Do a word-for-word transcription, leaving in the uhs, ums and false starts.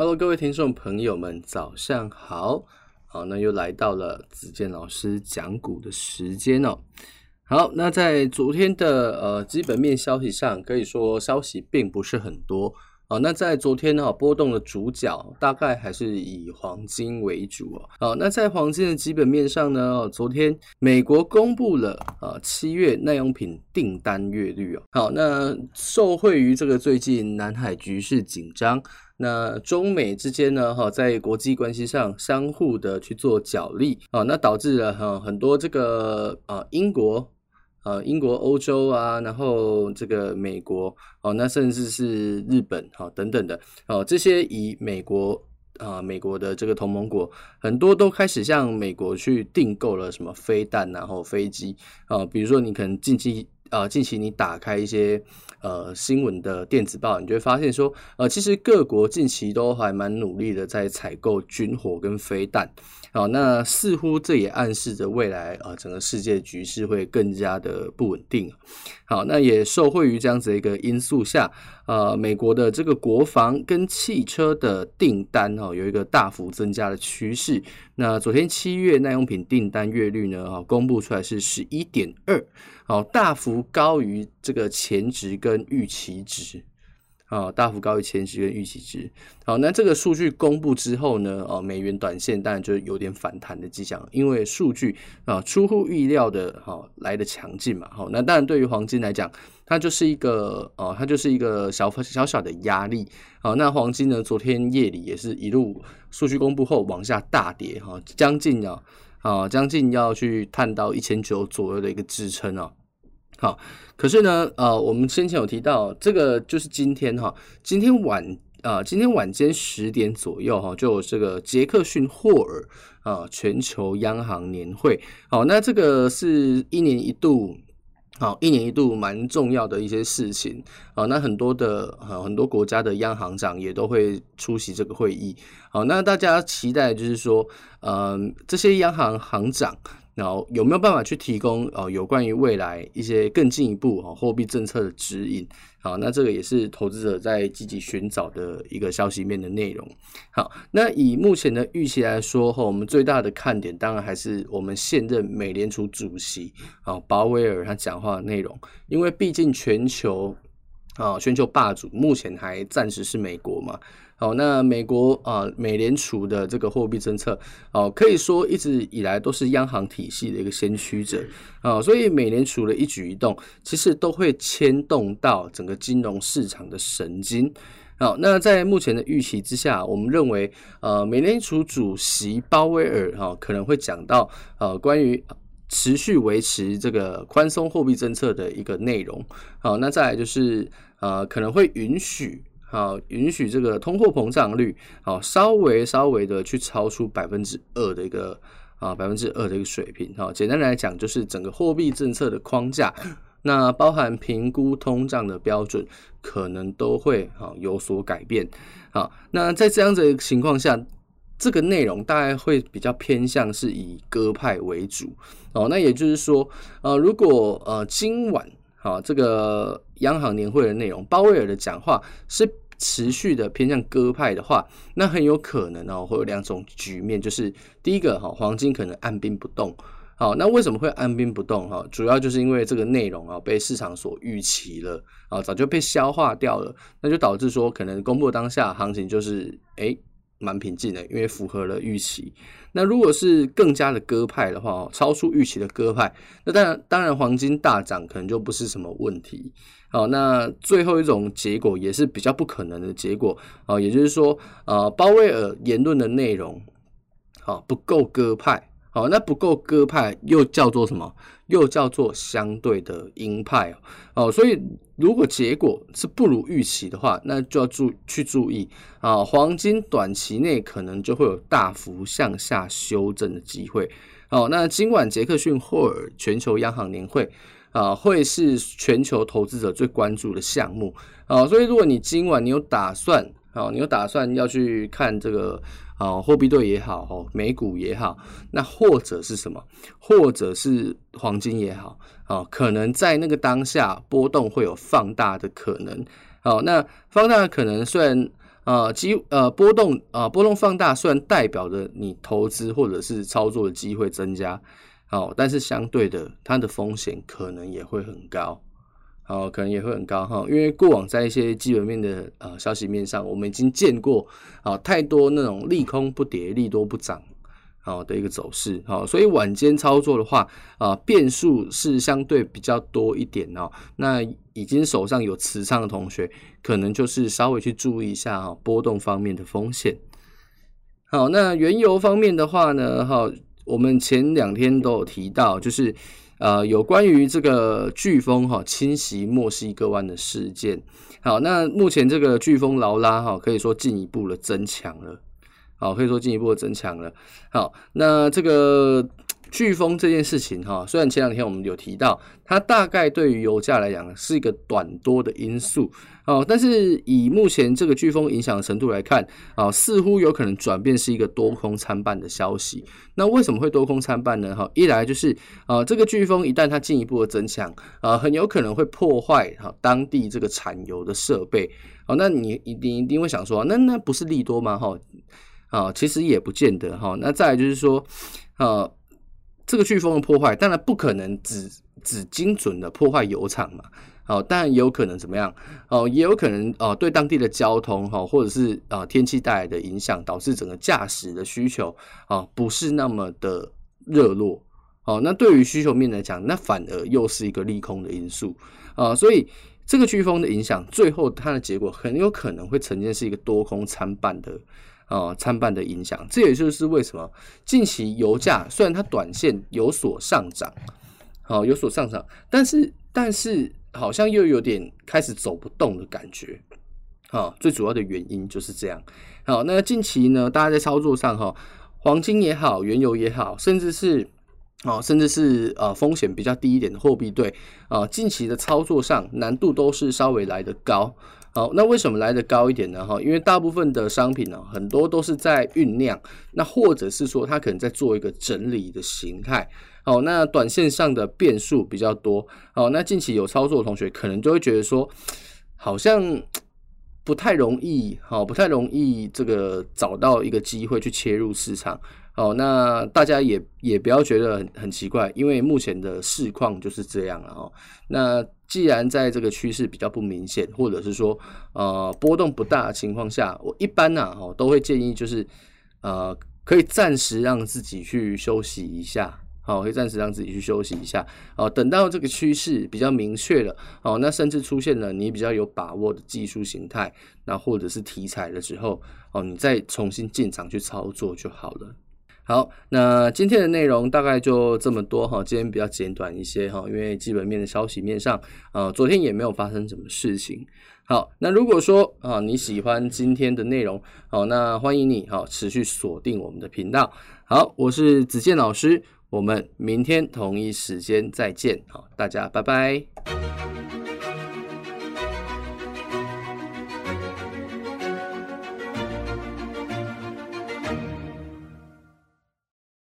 Hello， 各位听众朋友们，早上好。好，那又来到了子健老师讲股的时间哦。好，那在昨天的呃基本面消息上，可以说消息并不是很多。好，那在昨天呢、哦，波动的主角大概还是以黄金为主哦。好，那在黄金的基本面上呢，哦、昨天美国公布了啊七月耐用品订单月率哦。好，那受惠于这个最近南海局势紧张，那中美之间呢，哈，在国际关系上相互的去做角力啊，那导致了哈很多这个啊英国。呃，英国、欧洲啊，然后这个美国哦，那甚至是日本哈、哦、等等的哦，这些以美国啊、呃、美国的这个同盟国，很多都开始向美国去订购了什么飞弹然后飞机啊、呃，比如说你可能近期啊、呃、近期你打开一些呃新闻的电子报，你就会发现说，呃，其实各国近期都还蛮努力的在采购军火跟飞弹。好，那似乎这也暗示着未来啊、呃，整个世界局势会更加的不稳定。好，那也受惠于这样子的一个因素下，呃，美国的这个国防跟汽车的订单哦，有一个大幅增加的趋势。那昨天七月耐用品订单月率呢，哦，公布出来是 十一点二， 好，大幅高于这个前值跟预期值。啊、哦，大幅高于前值跟预期值。好，那这个数据公布之后呢，哦，美元短线当然就有点反弹的迹象，因为数据啊出乎意料的哈、哦、来的强劲嘛。好、哦，那当然对于黄金来讲，它就是一个哦，它就是一个小小小的压力。好、哦，那黄金呢，昨天夜里也是一路数据公布后往下大跌哈、哦，将近啊啊将近要去探到一千九左右的一个支撑哦。好，可是呢，呃，我们先前有提到，这个就是今天哈，今天晚啊、呃，今天晚间十点左右哈，就有这个杰克逊霍尔啊、呃、全球央行年会。好，那这个是一年一度。好，一年一度蛮重要的一些事情啊，那很多的呃很多国家的央行长也都会出席这个会议。好，那大家期待就是说，嗯，这些央行行长。然后有没有办法去提供呃有关于未来一些更进一步哈货币政策的指引？好，那这个也是投资者在积极寻找的一个消息面的内容。好，那以目前的预期来说哈，我们最大的看点当然还是我们现任美联储主席啊鲍威尔他讲话的内容，因为毕竟全球啊全球霸主目前还暂时是美国嘛。好，那美国啊、呃，美联储的这个货币政策，哦、呃，可以说一直以来都是央行体系的一个先驱者啊、呃，所以美联储的一举一动，其实都会牵动到整个金融市场的神经。好，那在目前的预期之下，我们认为，呃，美联储主席鲍威尔哈、呃、可能会讲到呃关于持续维持这个宽松货币政策的一个内容。好，那再来就是呃可能会允许。好，允许这个通货膨胀率好稍微稍微的去超出百分之二的一个啊百分之二的一个水平。好，简单来讲就是整个货币政策的框架，那包含评估通胀的标准，可能都会好有所改变。好，那在这样子的情况下，这个内容大概会比较偏向是以鸽派为主。哦，那也就是说，呃，如果呃今晚好这个央行年会的内容，鲍威尔的讲话是持续的偏向鸽派的话，那很有可能哦会有两种局面，就是第一个哈黄金可能按兵不动。好，那为什么会按兵不动哈？主要就是因为这个内容啊被市场所预期了啊，早就被消化掉了，那就导致说可能公布当下行情就是哎蛮平静的，因为符合了预期。那如果是更加的鸽派的话，超出预期的鸽派，那当然当然黄金大涨可能就不是什么问题。好，那最后一种结果也是比较不可能的结果，好，也就是说，呃，鲍威尔言论的内容，好不够鸽派，好，那不够鸽派又叫做什么？又叫做相对的鹰派哦，所以如果結果是不如預期的話，那就要注去注意啊，黃金短期內可能就會有大幅向下修正的機會。好，那今晚傑克遜霍爾全球央行年會啊，會是全球投資者最關注的項目啊，所以如果你今晚你有打算啊，你有打算要去看這個啊，貨幣對也好，哦，美股也好，那或者是什麼，或者是黃金也好，啊，可能在那個當下波動會有放大的可能。好，那放大的可能雖然呃机呃波动呃波动放大，虽然代表着你投资或者是操作的机会增加，好，但是相对的它的风险可能也会很高。哦，可能也会很高哈，因为过往在一些基本面的呃消息面上，我们已经见过啊、哦、太多那种利空不跌、利多不涨好、哦、的一个走势，好、哦，所以晚间操作的话，啊、呃、变数是相对比较多一点哦。那已经手上有持仓的同学，可能就是稍微去注意一下哈、哦、波动方面的风险。好，那原油方面的话呢，哈、哦，我们前两天都有提到，就是。呃，有关于这个飓风哈、哦、侵袭墨西哥湾的事件，好，那目前这个飓风劳拉哈、哦、可以说进一步的增强了，好，可以说进一步的增强了。好，那这个飓风这件事情哈、哦，虽然前两天我们有提到，它大概对于油价来讲是一个短多的因素，哦，但是以目前这个飓风影响的程度来看，啊、哦，似乎有可能转变是一个多空参半的消息。那为什么会多空参半呢？哈，一来就是啊、呃，这个飓风一旦它进一步的增强，啊、呃，很有可能会破坏哈、啊、当地这个产油的设备。好、哦，那你一定一定会想说，那那不是利多吗？哈，啊，其实也不见得哈。那再来就是说，呃，这个飓风的破坏，当然不可能只只精准的破坏油厂嘛。哦，当然也有可能怎么样？哦，也有可能哦，对当地的交通哈、哦，或者是啊、呃、天气带来的影响，导致整个驾驶的需求啊、哦、不是那么的热络。哦，那对于需求面来讲，那反而又是一个利空的因素啊、呃，所以这个飓风的影响，最后它的结果很有可能会呈现是一个多空参半的啊、呃、参半的影响。这也就是为什么近期油价虽然它短线有所上涨，好、哦、有所上涨，但是但是。好像又有点开始走不动的感觉，好，最主要的原因就是这样。好，那近期呢，大家在操作上哈，黄金也好，原油也好，甚至是哦，甚至是呃风险比较低一点的货币对啊，近期的操作上难度都是稍微来得高。好，那为什么来得高一点呢？哈，因为大部分的商品呢，很多都是在酝酿，那或者是说它可能在做一个整理的形态。好，那短线上的变数比较多。好，那近期有操作的同学可能就会觉得说，好像不太容易，好，不太容易这个找到一个机会去切入市场。好，那大家也也不要觉得很很奇怪，因为目前的市况就是这样了哈。那既然在这个趋势比较不明显，或者是说呃波动不大的情况下，我一般呢、啊、都会建议就是呃可以暂时让自己去休息一下。好，可以暂时让自己去休息一下。哦，等到这个趋势比较明确了，哦，那甚至出现了你比较有把握的技术形态，那或者是题材的时候，哦，你再重新进场去操作就好了。好，那今天的内容大概就这么多哈，今天比较简短一些哈，因为基本面的消息面上，呃，昨天也没有发生什么事情。好，那如果说啊你喜欢今天的内容，好，那欢迎你好持续锁定我们的频道。好，我是子健老师。我们明天同一时间再见，好，大家拜拜。